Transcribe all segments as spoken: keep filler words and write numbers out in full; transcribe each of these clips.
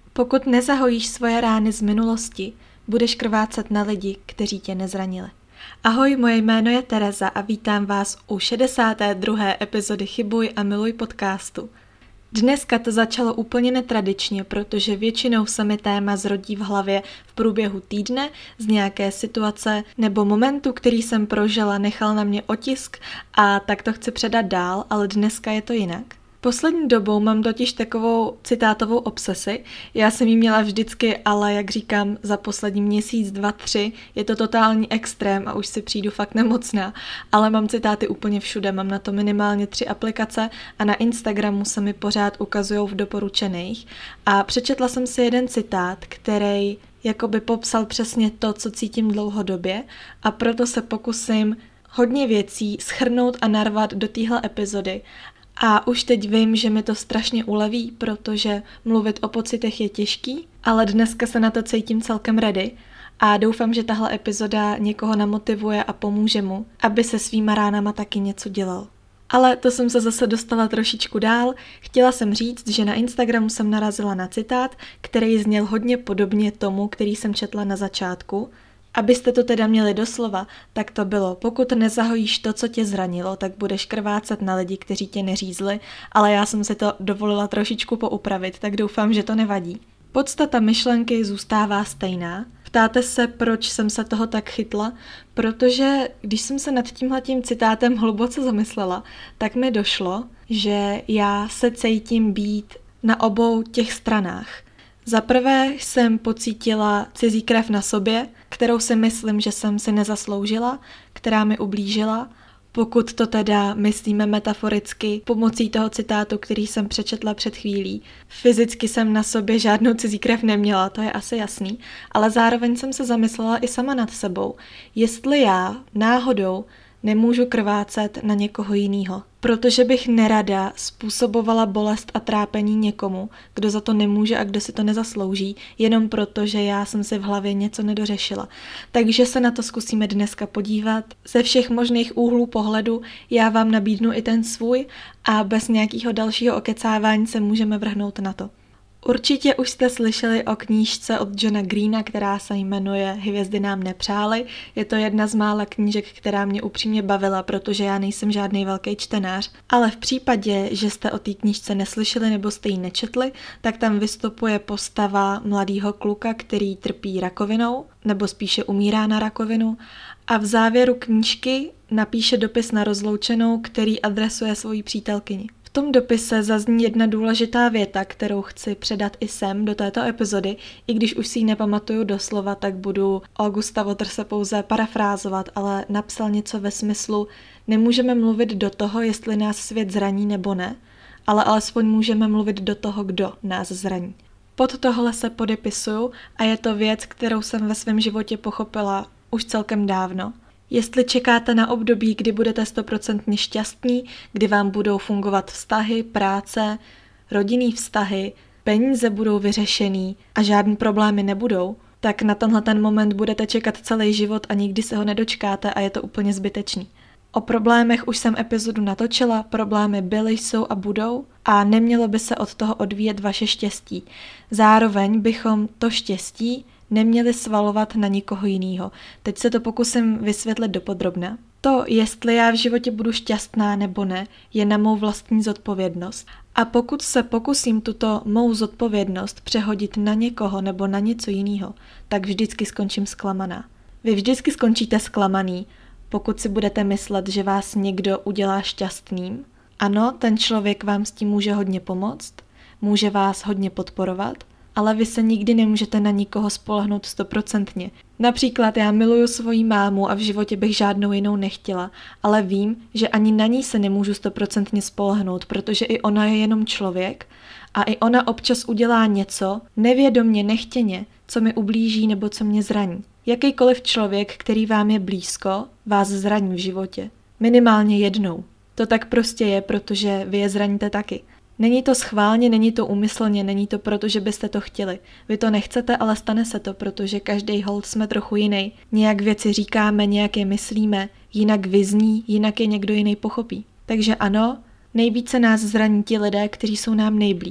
Pokud nezahojíš svoje rány z minulosti, budeš krvácet na lidi, kteří tě nezranili. Ahoj, moje jméno je Tereza a vítám vás u šedesáté druhé epizody Chybuj a miluj podcastu. Dneska to začalo úplně netradičně, protože většinou se mi téma zrodí v hlavě v průběhu týdne z nějaké situace nebo momentu, který jsem prožila, nechal na mě otisk a tak to chci předat dál, ale dneska je to jinak. Poslední dobou mám totiž takovou citátovou obsesi, já jsem ji měla vždycky, ale jak říkám, za poslední měsíc, dva, tři, je to totální extrém a už si přijdu fakt nemocná, ale mám citáty úplně všude, mám na to minimálně tři aplikace a na Instagramu se mi pořád ukazujou v doporučených a přečetla jsem si jeden citát, který jakoby popsal přesně to, co cítím dlouhodobě a proto se pokusím hodně věcí shrnout a narvat do téhle epizody. A už teď vím, že mi to strašně uleví, protože mluvit o pocitech je těžký, ale dneska se na to cítím celkem ready a doufám, že tahle epizoda někoho namotivuje a pomůže mu, aby se svýma ránama taky něco dělal. Ale to jsem se zase dostala trošičku dál. Chtěla jsem říct, že na Instagramu jsem narazila na citát, který zněl hodně podobně tomu, který jsem četla na začátku. Abyste to teda měli doslova, tak to bylo, pokud nezahojíš to, co tě zranilo, tak budeš krvácet na lidi, kteří tě neřízli, ale já jsem si to dovolila trošičku poupravit, tak doufám, že to nevadí. Podstata myšlenky zůstává stejná. Ptáte se, proč jsem se toho tak chytla? Protože když jsem se nad tímhletím citátem hluboce zamyslela, tak mi došlo, že já se cítím být na obou těch stranách. Za prvé jsem pocítila cizí krev na sobě, kterou si myslím, že jsem si nezasloužila, která mi ublížila. Pokud to teda myslíme metaforicky pomocí toho citátu, který jsem přečetla před chvílí. Fyzicky jsem na sobě žádnou cizí krev neměla, to je asi jasný, ale zároveň jsem se zamyslela i sama nad sebou, jestli já náhodou nemůžu krvácet na někoho jinýho, protože bych nerada způsobovala bolest a trápení někomu, kdo za to nemůže a kdo si to nezaslouží, jenom proto, že já jsem si v hlavě něco nedořešila. Takže se na to zkusíme dneska podívat ze všech možných úhlů pohledu, já vám nabídnu i ten svůj a bez nějakého dalšího okecávání se můžeme vrhnout na to. Určitě už jste slyšeli o knížce od Johna Greena, která se jmenuje Hvězdy nám nepřály. Je to jedna z mála knížek, která mě upřímně bavila, protože já nejsem žádný velký čtenář. Ale v případě, že jste o té knížce neslyšeli nebo jste ji nečetli, tak tam vystupuje postava mladého kluka, který trpí rakovinou, nebo spíše umírá na rakovinu. A v závěru knížky napíše dopis na rozloučenou, který adresuje svojí přítelkyni. V tom dopise zazní jedna důležitá věta, kterou chci předat i sem do této epizody, i když už si ji nepamatuju doslova, tak budu Augusta Waterse pouze parafrázovat, ale napsal něco ve smyslu: nemůžeme mluvit do toho, jestli nás svět zraní nebo ne, ale alespoň můžeme mluvit do toho, kdo nás zraní. Pod tohle se podepisuju a je to věc, kterou jsem ve svém životě pochopila už celkem dávno. Jestli čekáte na období, kdy budete stoprocentně šťastní, kdy vám budou fungovat vztahy, práce, rodinný vztahy, peníze budou vyřešený a žádný problémy nebudou, tak na tenhle ten moment budete čekat celý život a nikdy se ho nedočkáte a je to úplně zbytečný. O problémech už jsem epizodu natočila, problémy byly, jsou a budou a nemělo by se od toho odvíjet vaše štěstí. Zároveň bychom to štěstí neměli svalovat na nikoho jinýho. Teď se to pokusím vysvětlit dopodrobna. To, jestli já v životě budu šťastná nebo ne, je na mou vlastní zodpovědnost. A pokud se pokusím tuto mou zodpovědnost přehodit na někoho nebo na něco jiného, tak vždycky skončím zklamaná. Vy vždycky skončíte zklamaný, pokud si budete myslet, že vás někdo udělá šťastným. Ano, ten člověk vám s tím může hodně pomoct, může vás hodně podporovat, ale vy se nikdy nemůžete na nikoho spolehnout stoprocentně. Například já miluju svoji mámu a v životě bych žádnou jinou nechtěla, ale vím, že ani na ní se nemůžu stoprocentně spolehnout, protože i ona je jenom člověk a i ona občas udělá něco, nevědomně, nechtěně, co mi ublíží nebo co mě zraní. Jakýkoliv člověk, který vám je blízko, vás zraní v životě. Minimálně jednou. To tak prostě je, protože vy je zraníte taky. Není to schválně, není to úmyslně, není to proto, že byste to chtěli. Vy to nechcete, ale stane se to, protože každý hold jsme trochu jiný. Nějak věci říkáme, nějak je myslíme, jinak vyzní, jinak je někdo jiný pochopí. Takže ano, nejvíce nás zraní ti lidé, kteří jsou nám nejblíž.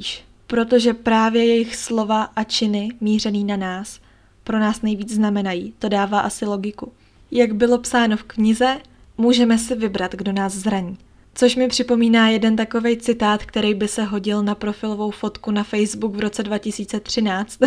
protože právě jejich slova a činy mířený na nás pro nás nejvíc znamenají. To dává asi logiku. Jak bylo psáno v knize, můžeme si vybrat, kdo nás zraní. Což mi připomíná jeden takovej citát, který by se hodil na profilovou fotku na Facebook v roce dva tisíce třináct.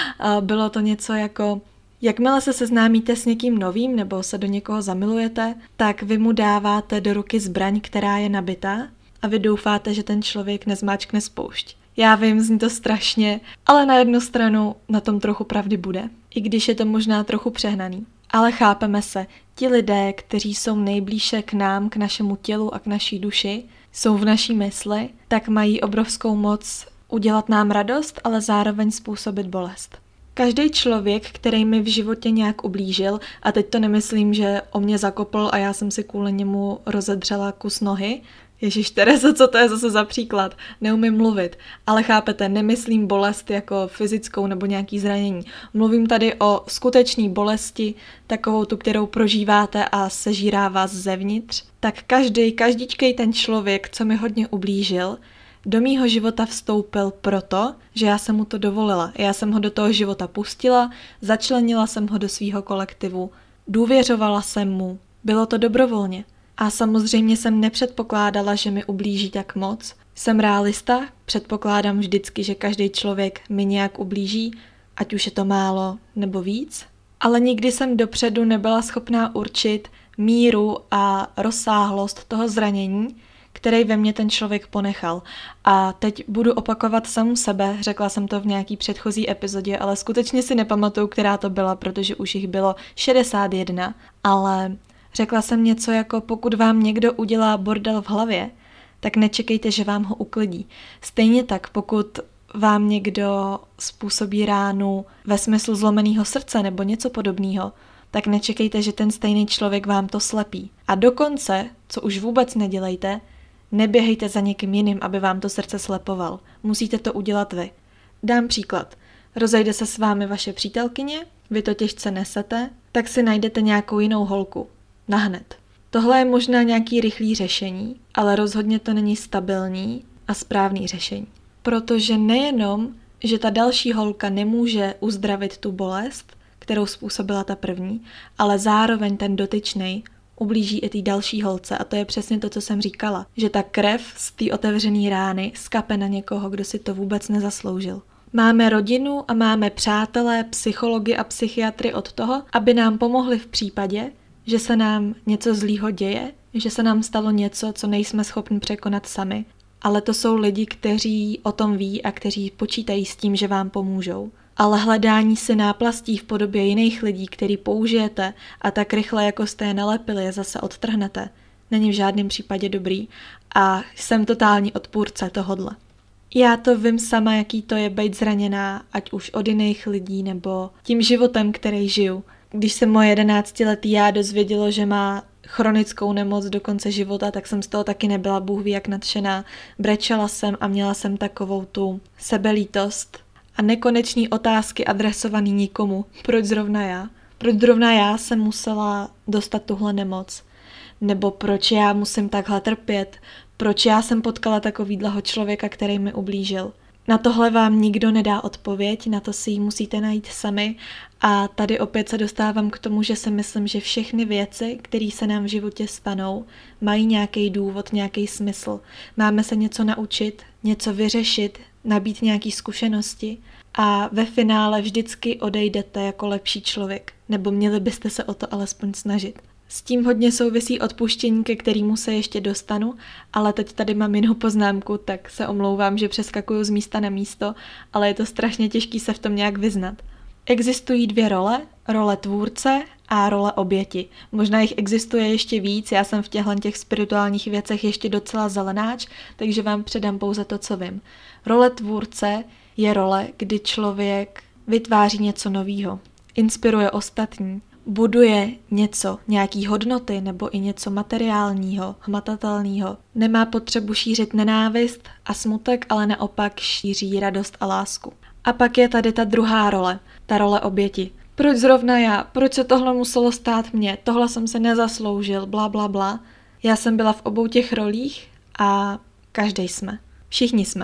Bylo to něco jako: jakmile se seznámíte s někým novým nebo se do někoho zamilujete, tak vy mu dáváte do ruky zbraň, která je nabitá, a vy doufáte, že ten člověk nezmáčkne spoušť. Já vím, zní to strašně, ale na jednu stranu na tom trochu pravdy bude, i když je to možná trochu přehnaný. Ale chápeme se, ti lidé, kteří jsou nejblíže k nám, k našemu tělu a k naší duši, jsou v naší mysli, tak mají obrovskou moc udělat nám radost, ale zároveň způsobit bolest. Každý člověk, který mi v životě nějak ublížil, a teď to nemyslím, že o mě zakopl a já jsem si kvůli němu rozedřela kus nohy. Ježiš, Terezo, co to je zase za příklad? Neumím mluvit, ale chápete, nemyslím bolest jako fyzickou nebo nějaký zranění. Mluvím tady o skutečné bolesti, takovou tu, kterou prožíváte a sežírá vás zevnitř. Tak každý, každičkej ten člověk, co mi hodně ublížil, do mýho života vstoupil proto, že já jsem mu to dovolila. Já jsem ho do toho života pustila, začlenila jsem ho do svýho kolektivu, důvěřovala jsem mu, bylo to dobrovolně. A samozřejmě jsem nepředpokládala, že mi ublíží tak moc. Jsem realista, předpokládám vždycky, že každý člověk mi nějak ublíží, ať už je to málo nebo víc. Ale nikdy jsem dopředu nebyla schopná určit míru a rozsáhlost toho zranění, který ve mně ten člověk ponechal. A teď budu opakovat samu sebe, řekla jsem to v nějaký předchozí epizodě, ale skutečně si nepamatuju, která to byla, protože už jich bylo šedesát jedna, ale řekla jsem něco jako: pokud vám někdo udělá bordel v hlavě, tak nečekejte, že vám ho uklidí. Stejně tak, pokud vám někdo způsobí ránu ve smyslu zlomeného srdce nebo něco podobného, tak nečekejte, že ten stejný člověk vám to slepí. A dokonce, co už vůbec nedělejte, neběhejte za někým jiným, aby vám to srdce slepoval. Musíte to udělat vy. Dám příklad. Rozejde se s vámi vaše přítelkyně, vy to těžce nesete, tak si najdete nějakou jinou holku. Nahned. Tohle je možná nějaký rychlý řešení, ale rozhodně to není stabilní a správný řešení. Protože nejenom, že ta další holka nemůže uzdravit tu bolest, kterou způsobila ta první, ale zároveň ten dotyčnej ublíží i té další holce. A to je přesně to, co jsem říkala. Že ta krev z té otevřené rány skape na někoho, kdo si to vůbec nezasloužil. Máme rodinu a máme přátelé, psychology a psychiatry od toho, aby nám pomohli v případě, že se nám něco zlýho děje, že se nám stalo něco, co nejsme schopni překonat sami. Ale to jsou lidi, kteří o tom ví a kteří počítají s tím, že vám pomůžou. Ale hledání si náplastí v podobě jiných lidí, který použijete a tak rychle, jako jste je nalepili, je zase odtrhnete, není v žádném případě dobrý a jsem totální odpůrce tohodle. Já to vím sama, jaký to je být zraněná, ať už od jiných lidí nebo tím životem, který žiju. Když se moje jedenáctiletý já dozvědělo, že má chronickou nemoc do konce života, tak jsem z toho taky nebyla bůh ví jak nadšená. Brečela jsem a měla jsem takovou tu sebelítost a nekoneční otázky adresovaný nikomu. Proč zrovna já? Proč zrovna já jsem musela dostat tuhle nemoc? Nebo proč já musím takhle trpět? Proč já jsem potkala takovýhleho člověka, který mi ublížil? Na tohle vám nikdo nedá odpověď, na to si ji musíte najít sami a tady opět se dostávám k tomu, že si myslím, že všechny věci, které se nám v životě stanou, mají nějaký důvod, nějaký smysl. Máme se něco naučit, něco vyřešit, nabít nějaké zkušenosti a ve finále vždycky odejdete jako lepší člověk, nebo měli byste se o to alespoň snažit. S tím hodně souvisí odpuštění, ke kterému se ještě dostanu, ale teď tady mám jinou poznámku, tak se omlouvám, že přeskakuju z místa na místo, ale je to strašně těžký se v tom nějak vyznat. Existují dvě role, role tvůrce a role oběti. Možná jich existuje ještě víc, já jsem v těchto těch spirituálních věcech ještě docela zelenáč, takže vám předám pouze to, co vím. Role tvůrce je role, kdy člověk vytváří něco novýho, inspiruje ostatní, buduje něco, nějaký hodnoty nebo i něco materiálního, hmatatelného. Nemá potřebu šířit nenávist a smutek, ale naopak šíří radost a lásku. A pak je tady ta druhá role, ta role oběti. Proč zrovna já? Proč se tohle muselo stát mně? Tohle jsem se nezasloužil, bla bla bla. Já jsem byla v obou těch rolích a každej jsme. Všichni jsme.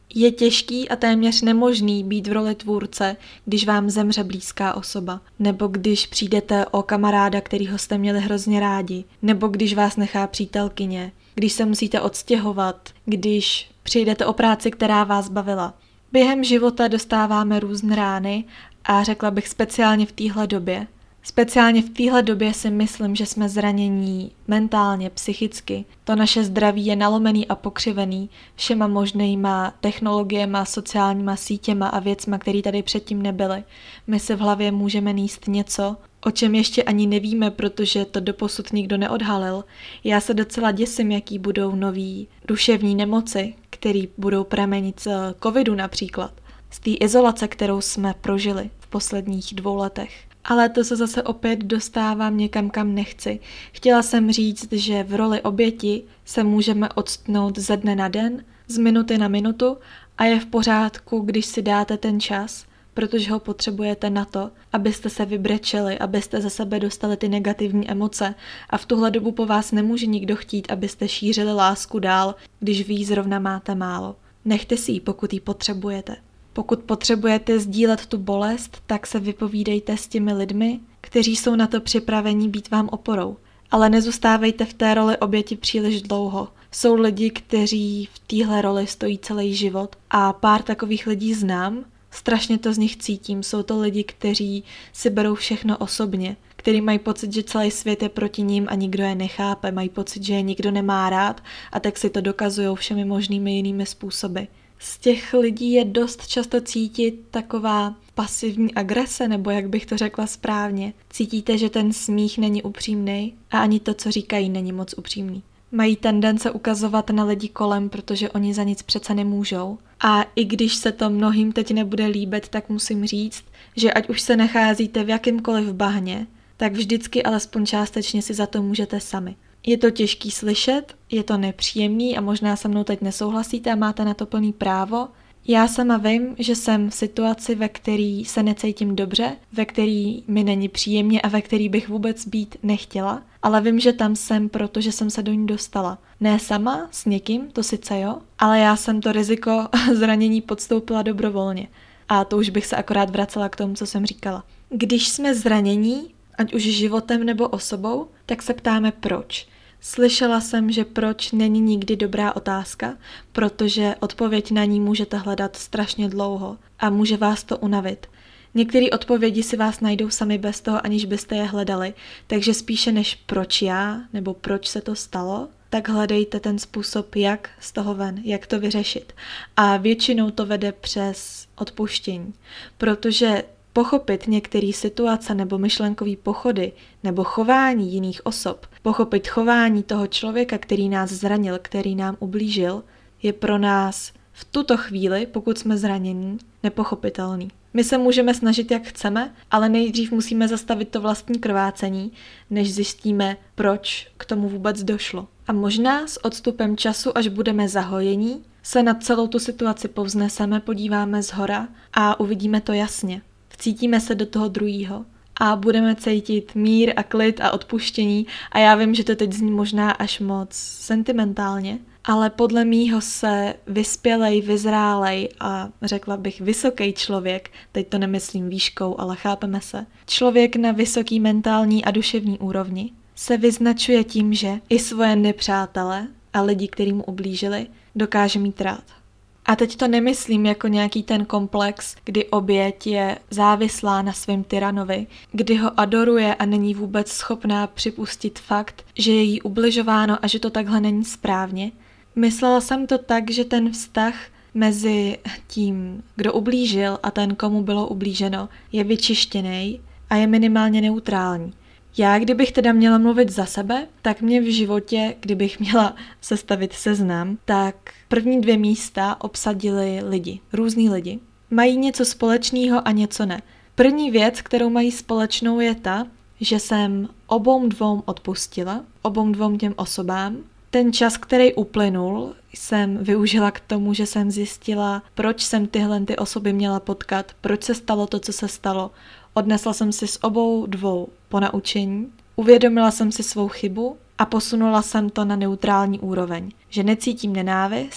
Je těžký a téměř nemožný být v roli tvůrce, když vám zemře blízká osoba, nebo když přijdete o kamaráda, kterýho jste měli hrozně rádi, nebo když vás nechá přítelkyně, když se musíte odstěhovat, když přijdete o práci, která vás bavila. Během života dostáváme různé rány a řekla bych speciálně v téhle době. Speciálně v téhle době si myslím, že jsme zranění mentálně, psychicky. To naše zdraví je nalomený a pokřivený všema možnýma technologiema, sociálníma sítěma a věcma, které tady předtím nebyly. My si v hlavě můžeme nést něco, o čem ještě ani nevíme, protože to doposud nikdo neodhalil. Já se docela děsím, jaký budou nový duševní nemoci, které budou pramenit z covidu například. Z té izolace, kterou jsme prožili v posledních dvou letech. Ale to se zase opět dostávám někam, kam nechci. Chtěla jsem říct, že v roli oběti se můžeme odstnout ze dne na den, z minuty na minutu a je v pořádku, když si dáte ten čas, protože ho potřebujete na to, abyste se vybrečeli, abyste ze sebe dostali ty negativní emoce a v tuhle dobu po vás nemůže nikdo chtít, abyste šířili lásku dál, když vy ji zrovna máte málo. Nechte si ji, pokud ji potřebujete. Pokud potřebujete sdílet tu bolest, tak se vypovídejte s těmi lidmi, kteří jsou na to připraveni být vám oporou. Ale nezůstávejte v té roli oběti příliš dlouho. Jsou lidi, kteří v téhle roli stojí celý život a pár takových lidí znám. Strašně to z nich cítím. Jsou to lidi, kteří si berou všechno osobně, kteří mají pocit, že celý svět je proti ním a nikdo je nechápe. Mají pocit, že je nikdo nemá rád a tak si to dokazují všemi možnými jinými způsoby. Z těch lidí je dost často cítit taková pasivní agrese, nebo jak bych to řekla správně. Cítíte, že ten smích není upřímný a ani to, co říkají, není moc upřímný. Mají tendence ukazovat na lidi kolem, protože oni za nic přece nemůžou. A i když se to mnohým teď nebude líbit, tak musím říct, že ať už se nacházíte v jakýmkoliv bahně, tak vždycky alespoň částečně si za to můžete sami. Je to těžký slyšet, je to nepříjemný a možná se mnou teď nesouhlasíte a máte na to plný právo. Já sama vím, že jsem v situaci, ve který se necítím dobře, ve který mi není příjemně a ve který bych vůbec být nechtěla, ale vím, že tam jsem, protože jsem se do ní dostala. Ne sama, s někým, to sice jo, ale já jsem to riziko zranění podstoupila dobrovolně. A to už bych se akorát vracela k tomu, co jsem říkala. Když jsme zranění, ať už životem nebo osobou, tak se ptáme proč. Slyšela jsem, že proč není nikdy dobrá otázka, protože odpověď na ní můžete hledat strašně dlouho a může vás to unavit. Některé odpovědi si vás najdou sami bez toho, aniž byste je hledali, takže spíše než proč já nebo proč se to stalo, tak hledejte ten způsob, jak z toho ven, jak to vyřešit. A většinou to vede přes odpuštění, protože pochopit některé situace nebo myšlenkové pochody nebo chování jiných osob, pochopit chování toho člověka, který nás zranil, který nám ublížil, je pro nás v tuto chvíli, pokud jsme zranění, nepochopitelný. My se můžeme snažit, jak chceme, ale nejdřív musíme zastavit to vlastní krvácení, než zjistíme, proč k tomu vůbec došlo. A možná s odstupem času, až budeme zahojení, se nad celou tu situaci povzneseme, podíváme zhora a uvidíme to jasně. Vcítíme se do toho druhýho a budeme cítit mír a klid a odpuštění a já vím, že to teď zní možná až moc sentimentálně, ale podle mýho se vyspělej, vyzrálej a řekla bych vysoký člověk, teď to nemyslím výškou, ale chápeme se, člověk na vysoký mentální a duševní úrovni se vyznačuje tím, že i svoje nepřátele a lidi, který mu ublížili, dokáže mít rád. A teď to nemyslím jako nějaký ten komplex, kdy oběť je závislá na svém tyranovi, kdy ho adoruje a není vůbec schopná připustit fakt, že je jí ubližováno a že to takhle není správně. Myslela jsem to tak, že ten vztah mezi tím, kdo ublížil a ten, komu bylo ublíženo, je vyčištěný a je minimálně neutrální. Já, kdybych teda měla mluvit za sebe, tak mě v životě, kdybych měla sestavit seznam, tak první dvě místa obsadili lidi, různý lidi. Mají něco společného a něco ne. První věc, kterou mají společnou, je ta, že jsem obou dvou odpustila, obou dvou těm osobám. Ten čas, který uplynul, jsem využila k tomu, že jsem zjistila, proč jsem tyhle ty osoby měla potkat, proč se stalo to, co se stalo. Odnesla jsem si s obou dvou ponaučení, uvědomila jsem si svou chybu a posunula jsem to na neutrální úroveň, že necítím nenávist,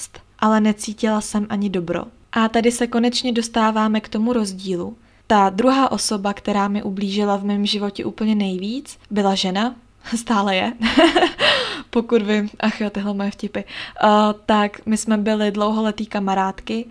ale necítila jsem ani dobro. A tady se konečně dostáváme k tomu rozdílu. Ta druhá osoba, která mi ublížila v mém životě úplně nejvíc, byla žena, stále je, pokud vím, ach jo, tyhle moje vtipy, uh, tak my jsme byli dlouholetý kamarádky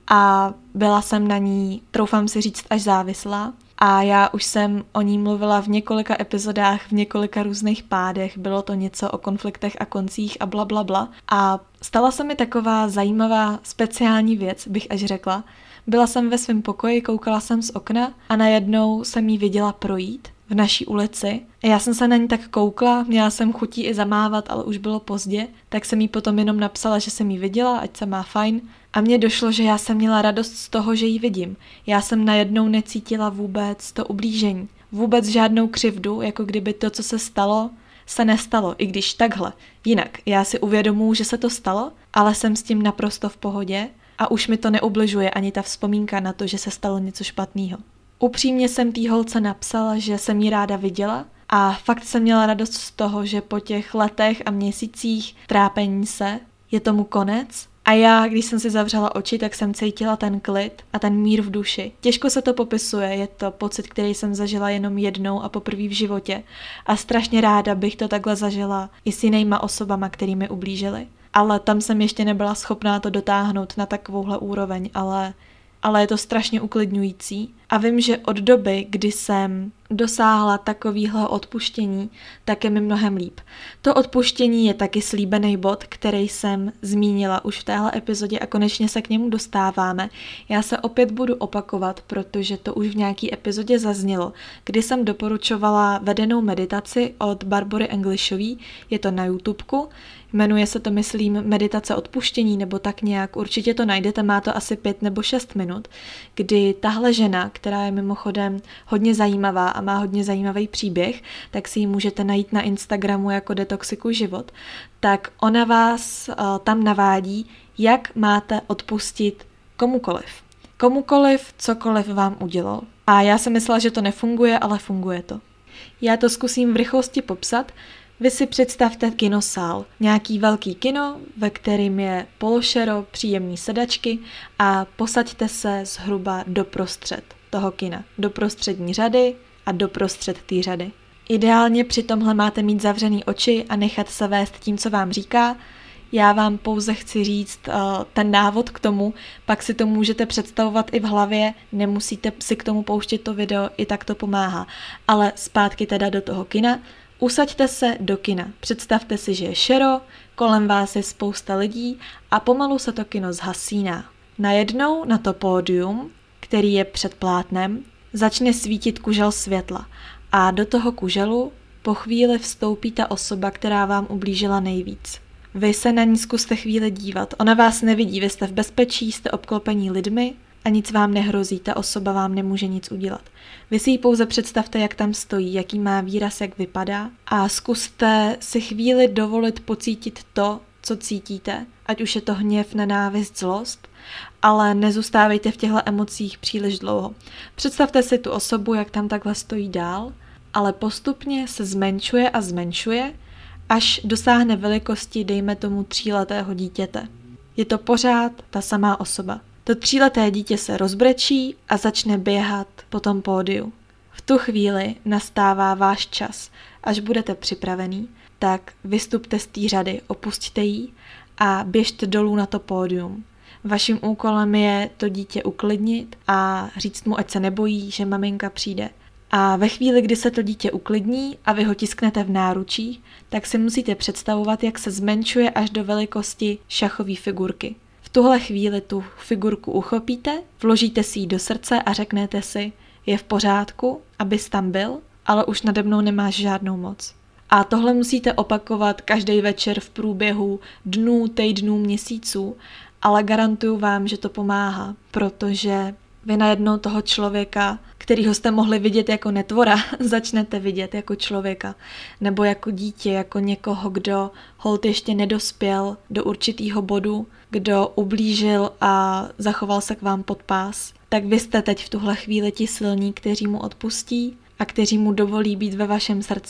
a byla jsem na ní, troufám si říct, až závislá. A já už jsem o ní mluvila v několika epizodách, v několika různých pádech, bylo to něco o konfliktech a koncích a bla bla bla. A stala se mi taková zajímavá speciální věc, bych až řekla. Byla jsem ve svém pokoji, koukala jsem z okna a najednou jsem jí viděla projít v naší ulici. A já jsem se na ní tak koukla, měla jsem chutí i zamávat, ale už bylo pozdě, tak jsem jí potom jenom napsala, že jsem jí viděla, ať se má fajn. A mně došlo, že já jsem měla radost z toho, že ji vidím. Já jsem najednou necítila vůbec to ublížení. Vůbec žádnou křivdu, jako kdyby to, co se stalo, se nestalo. I když takhle. Jinak, já si uvědomuji, že se to stalo, ale jsem s tím naprosto v pohodě a už mi to neubližuje ani ta vzpomínka na to, že se stalo něco špatného. Upřímně jsem té holce napsala, že jsem ji ráda viděla a fakt jsem měla radost z toho, že po těch letech a měsících trápení se je tomu konec. A já, když jsem si zavřela oči, tak jsem cítila ten klid a ten mír v duši. Těžko se to popisuje, je to pocit, který jsem zažila jenom jednou a poprvé v životě. A strašně ráda bych to takhle zažila i s jinýma osobama, který mi ublížili. Ale tam jsem ještě nebyla schopná to dotáhnout na takovouhle úroveň, ale, ale je to strašně uklidňující. A vím, že od doby, kdy jsem dosáhla takovýhle odpuštění, tak je mi mnohem líp. To odpuštění je taky slíbený bod, který jsem zmínila už v téhle epizodě a konečně se k němu dostáváme. Já se opět budu opakovat, protože to už v nějaký epizodě zaznělo, kdy jsem doporučovala vedenou meditaci od Barbory Englishové, je to na YouTubeku, jmenuje se to, myslím, meditace odpuštění nebo tak nějak, určitě to najdete, má to asi pět nebo šest minut, kdy tahle žena, která je mimochodem hodně zajímavá a má hodně zajímavý příběh, tak si ji můžete najít na Instagramu jako Detoxikuj život, tak ona vás uh, tam navádí, jak máte odpustit komukoliv. Komukoliv, cokoliv vám udělal. A já jsem myslela, že to nefunguje, ale funguje to. Já to zkusím v rychlosti popsat. Vy si představte kinosál, nějaký velký kino, ve kterým je pološero, příjemný sedačky a posaďte se zhruba doprostřed toho kina, do prostřední řady a doprostřed té řady. Ideálně při tomhle máte mít zavřený oči a nechat se vést tím, co vám říká. Já vám pouze chci říct uh, ten návod k tomu, pak si to můžete představovat i v hlavě, nemusíte si k tomu pouštět to video, i tak to pomáhá. Ale zpátky teda do toho kina, usaďte se do kina, představte si, že je šero, kolem vás je spousta lidí a pomalu se to kino zhasíná. Najednou na to pódium, který je před plátnem, začne svítit kužel světla a do toho kuželu po chvíli vstoupí ta osoba, která vám ublížila nejvíc. Vy se na ní zkuste chvíli dívat, ona vás nevidí, vy jste v bezpečí, jste obklopení lidmi a nic vám nehrozí, ta osoba vám nemůže nic udělat. Vy si ji pouze představte, jak tam stojí, jaký má výraz, jak vypadá a zkuste si chvíli dovolit pocítit to, co cítíte, ať už je to hněv, nenávist, zlost, ale nezůstávejte v těchto emocích příliš dlouho. Představte si tu osobu, jak tam takhle stojí dál, ale postupně se zmenšuje a zmenšuje, až dosáhne velikosti, dejme tomu, tříletého dítěte. Je to pořád ta samá osoba. To tříleté dítě se rozbrečí a začne běhat po tom pódiu. V tu chvíli nastává váš čas. Až budete připravený, tak vystupte z té řady, opusťte ji a běžte dolů na to pódium. Vaším úkolem je to dítě uklidnit a říct mu, ať se nebojí, že maminka přijde. A ve chvíli, kdy se to dítě uklidní a vy ho tisknete v náručí, tak si musíte představovat, jak se zmenšuje až do velikosti šachové figurky. V tuhle chvíli tu figurku uchopíte, vložíte si ji do srdce a řeknete si, je v pořádku, abys tam byl, ale už nade mnou nemáš žádnou moc. A tohle musíte opakovat každý večer v průběhu dnů, týdnů, měsíců, ale garantuju vám, že to pomáhá, protože vy najednou toho člověka, kterýho jste mohli vidět jako netvora, začnete vidět jako člověka, nebo jako dítě, jako někoho, kdo holt ještě nedospěl do určitýho bodu, kdo ublížil a zachoval se k vám pod pás. Tak vy jste teď v tuhle chvíli ti silní, kteří mu odpustí a kteří mu dovolí být ve vašem srdci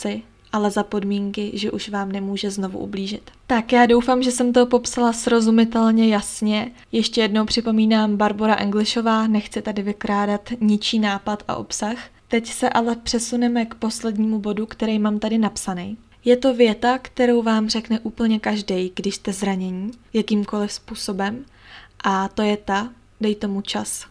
ale za podmínky, že už vám nemůže znovu ublížit. Tak já doufám, že jsem to popsala srozumitelně jasně. Ještě jednou připomínám Barbora Englishová, nechci tady vykrádat ničí nápad a obsah. Teď se ale přesuneme k poslednímu bodu, který mám tady napsaný. Je to věta, kterou vám řekne úplně každý, když jste zranění, jakýmkoliv způsobem, a to je ta, dej tomu čas.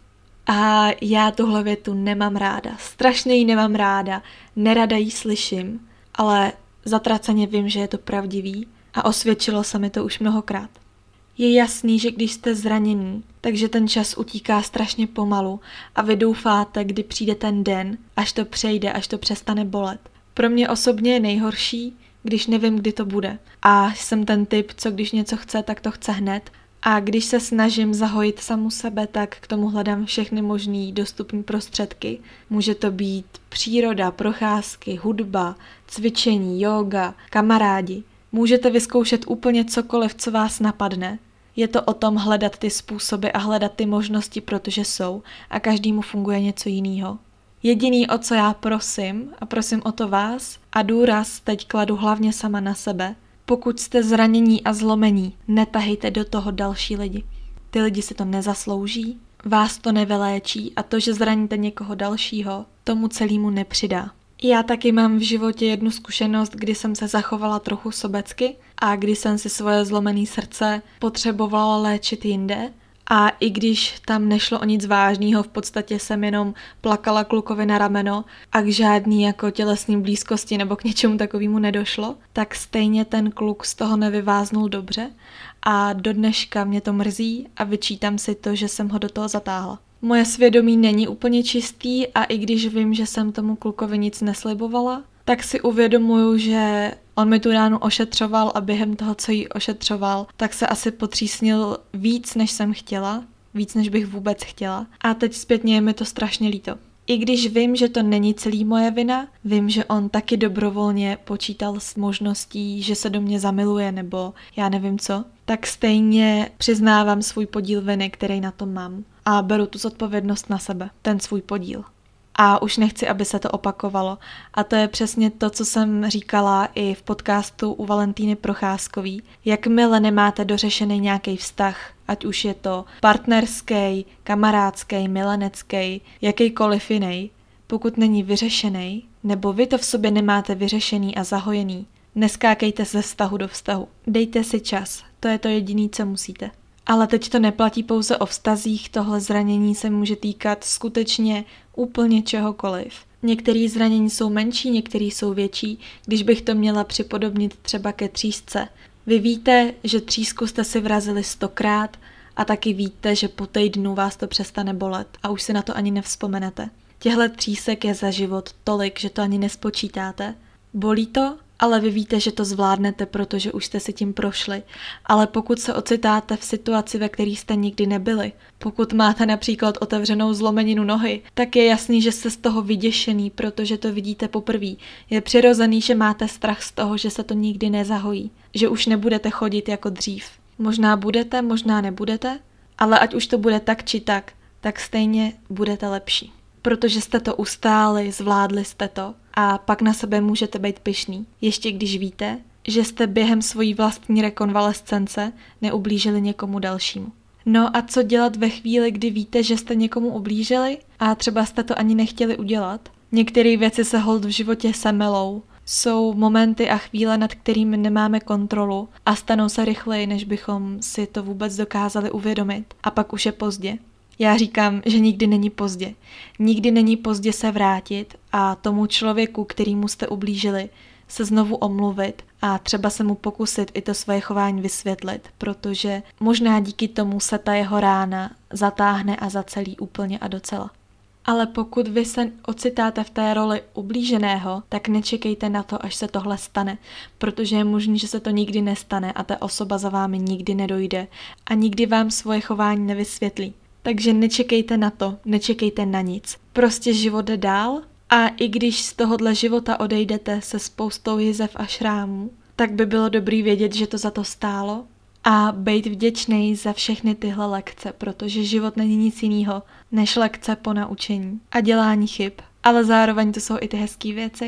A já tuhle větu nemám ráda, strašně ji nemám ráda, nerada ji slyším, ale zatraceně vím, že je to pravdivý a osvědčilo se mi to už mnohokrát. Je jasný, že když jste zranění, takže ten čas utíká strašně pomalu a vy doufáte, kdy přijde ten den, až to přejde, až to přestane bolet. Pro mě osobně je nejhorší, když nevím, kdy to bude. A jsem ten typ, co když něco chce, tak to chce hned. A když se snažím zahojit samu sebe, tak k tomu hledám všechny možný dostupné prostředky. Může to být příroda, procházky, hudba, cvičení, jóga, kamarádi. Můžete vyzkoušet úplně cokoliv, co vás napadne. Je to o tom hledat ty způsoby a hledat ty možnosti, protože jsou a každému funguje něco jiného. Jediný, o co já prosím, a prosím o to vás, a důraz teď kladu hlavně sama na sebe, pokud jste zranění a zlomení, netahejte do toho další lidi. Ty lidi si to nezaslouží, vás to nevyléčí a to, že zraníte někoho dalšího, tomu celému nepřidá. Já taky mám v životě jednu zkušenost, kdy jsem se zachovala trochu sobecky a kdy jsem si svoje zlomené srdce potřebovala léčit jinde. A i když tam nešlo o nic vážného, v podstatě jsem jenom plakala klukovi na rameno a k žádný jako tělesný blízkosti nebo k něčemu takovému nedošlo, tak stejně ten kluk z toho nevyváznul dobře a do dneška mě to mrzí a vyčítám si to, že jsem ho do toho zatáhla. Moje svědomí není úplně čistý a i když vím, že jsem tomu klukovi nic neslibovala, tak si uvědomuju, že on mi tu ránu ošetřoval a během toho, co ji ošetřoval, tak se asi potřísnil víc, než jsem chtěla, víc, než bych vůbec chtěla. A teď zpětně je mi to strašně líto. I když vím, že to není celý moje vina, vím, že on taky dobrovolně počítal s možností, že se do mě zamiluje nebo já nevím co, tak stejně přiznávám svůj podíl viny, který na tom mám. A beru tu zodpovědnost na sebe, ten svůj podíl. A už nechci, aby se to opakovalo. A to je přesně to, co jsem říkala i v podcastu u Valentíny Procházkový. Jakmile nemáte dořešený nějaký vztah, ať už je to partnerský, kamarádský, milenecký, jakýkoliv jiný, pokud není vyřešený, nebo vy to v sobě nemáte vyřešený a zahojený, neskákejte ze vztahu do vztahu. Dejte si čas, to je to jediné, co musíte. Ale teď to neplatí pouze o vztazích, tohle zranění se může týkat skutečně úplně čehokoliv. Některé zranění jsou menší, některé jsou větší, když bych to měla připodobnit třeba ke třísce. Vy víte, že třísku jste si vrazili stokrát a taky víte, že po týdnu vás to přestane bolet a už si na to ani nevzpomenete. Těhle třísek je za život tolik, že to ani nespočítáte. Bolí to? Ale vy víte, že to zvládnete, protože už jste si tím prošli. Ale pokud se ocitáte v situaci, ve které jste nikdy nebyli, pokud máte například otevřenou zlomeninu nohy, tak je jasný, že jste z toho vyděšený, protože to vidíte poprvé. Je přirozený, že máte strach z toho, že se to nikdy nezahojí, že už nebudete chodit jako dřív. Možná budete, možná nebudete, ale ať už to bude tak či tak, tak stejně budete lepší. Protože jste to ustáli, zvládli jste to a pak na sebe můžete být pyšný. Ještě když víte, že jste během svojí vlastní rekonvalescence neublížili někomu dalšímu. No a co dělat ve chvíli, kdy víte, že jste někomu ublížili a třeba jste to ani nechtěli udělat? Některé věci se hold v životě semelou. Jsou momenty a chvíle, nad kterými nemáme kontrolu a stanou se rychleji, než bychom si to vůbec dokázali uvědomit. A pak už je pozdě. Já říkám, že nikdy není pozdě. Nikdy není pozdě se vrátit a tomu člověku, kterýmu jste ublížili, se znovu omluvit a třeba se mu pokusit i to svoje chování vysvětlit, protože možná díky tomu se ta jeho rána zatáhne a zacelí úplně a docela. Ale pokud vy se ocitáte v té roli ublíženého, tak nečekejte na to, až se tohle stane, protože je možné, že se to nikdy nestane a ta osoba za vámi nikdy nedojde a nikdy vám svoje chování nevysvětlí. Takže nečekejte na to, nečekejte na nic. Prostě život jde dál a i když z tohohle života odejdete se spoustou jizev a šrámů, tak by bylo dobrý vědět, že to za to stálo a být vděčný za všechny tyhle lekce, protože život není nic jiného než lekce po naučení a dělání chyb. Ale zároveň to jsou i ty hezké věci,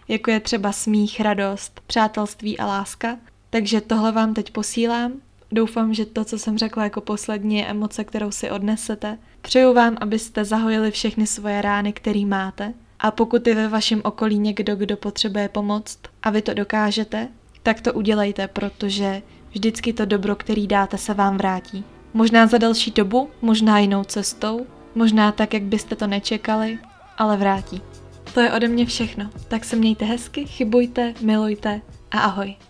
jako je třeba smích, radost, přátelství a láska. Takže tohle vám teď posílám. Doufám, že to, co jsem řekla jako poslední, je emoce, kterou si odnesete. Přeju vám, abyste zahojili všechny svoje rány, které máte. A pokud je ve vašem okolí někdo, kdo potřebuje pomoct a vy to dokážete, tak to udělejte, protože vždycky to dobro, který dáte, se vám vrátí. Možná za delší dobu, možná jinou cestou, možná tak, jak byste to nečekali, ale vrátí. To je ode mě všechno. Tak se mějte hezky, chybujte, milujte a ahoj.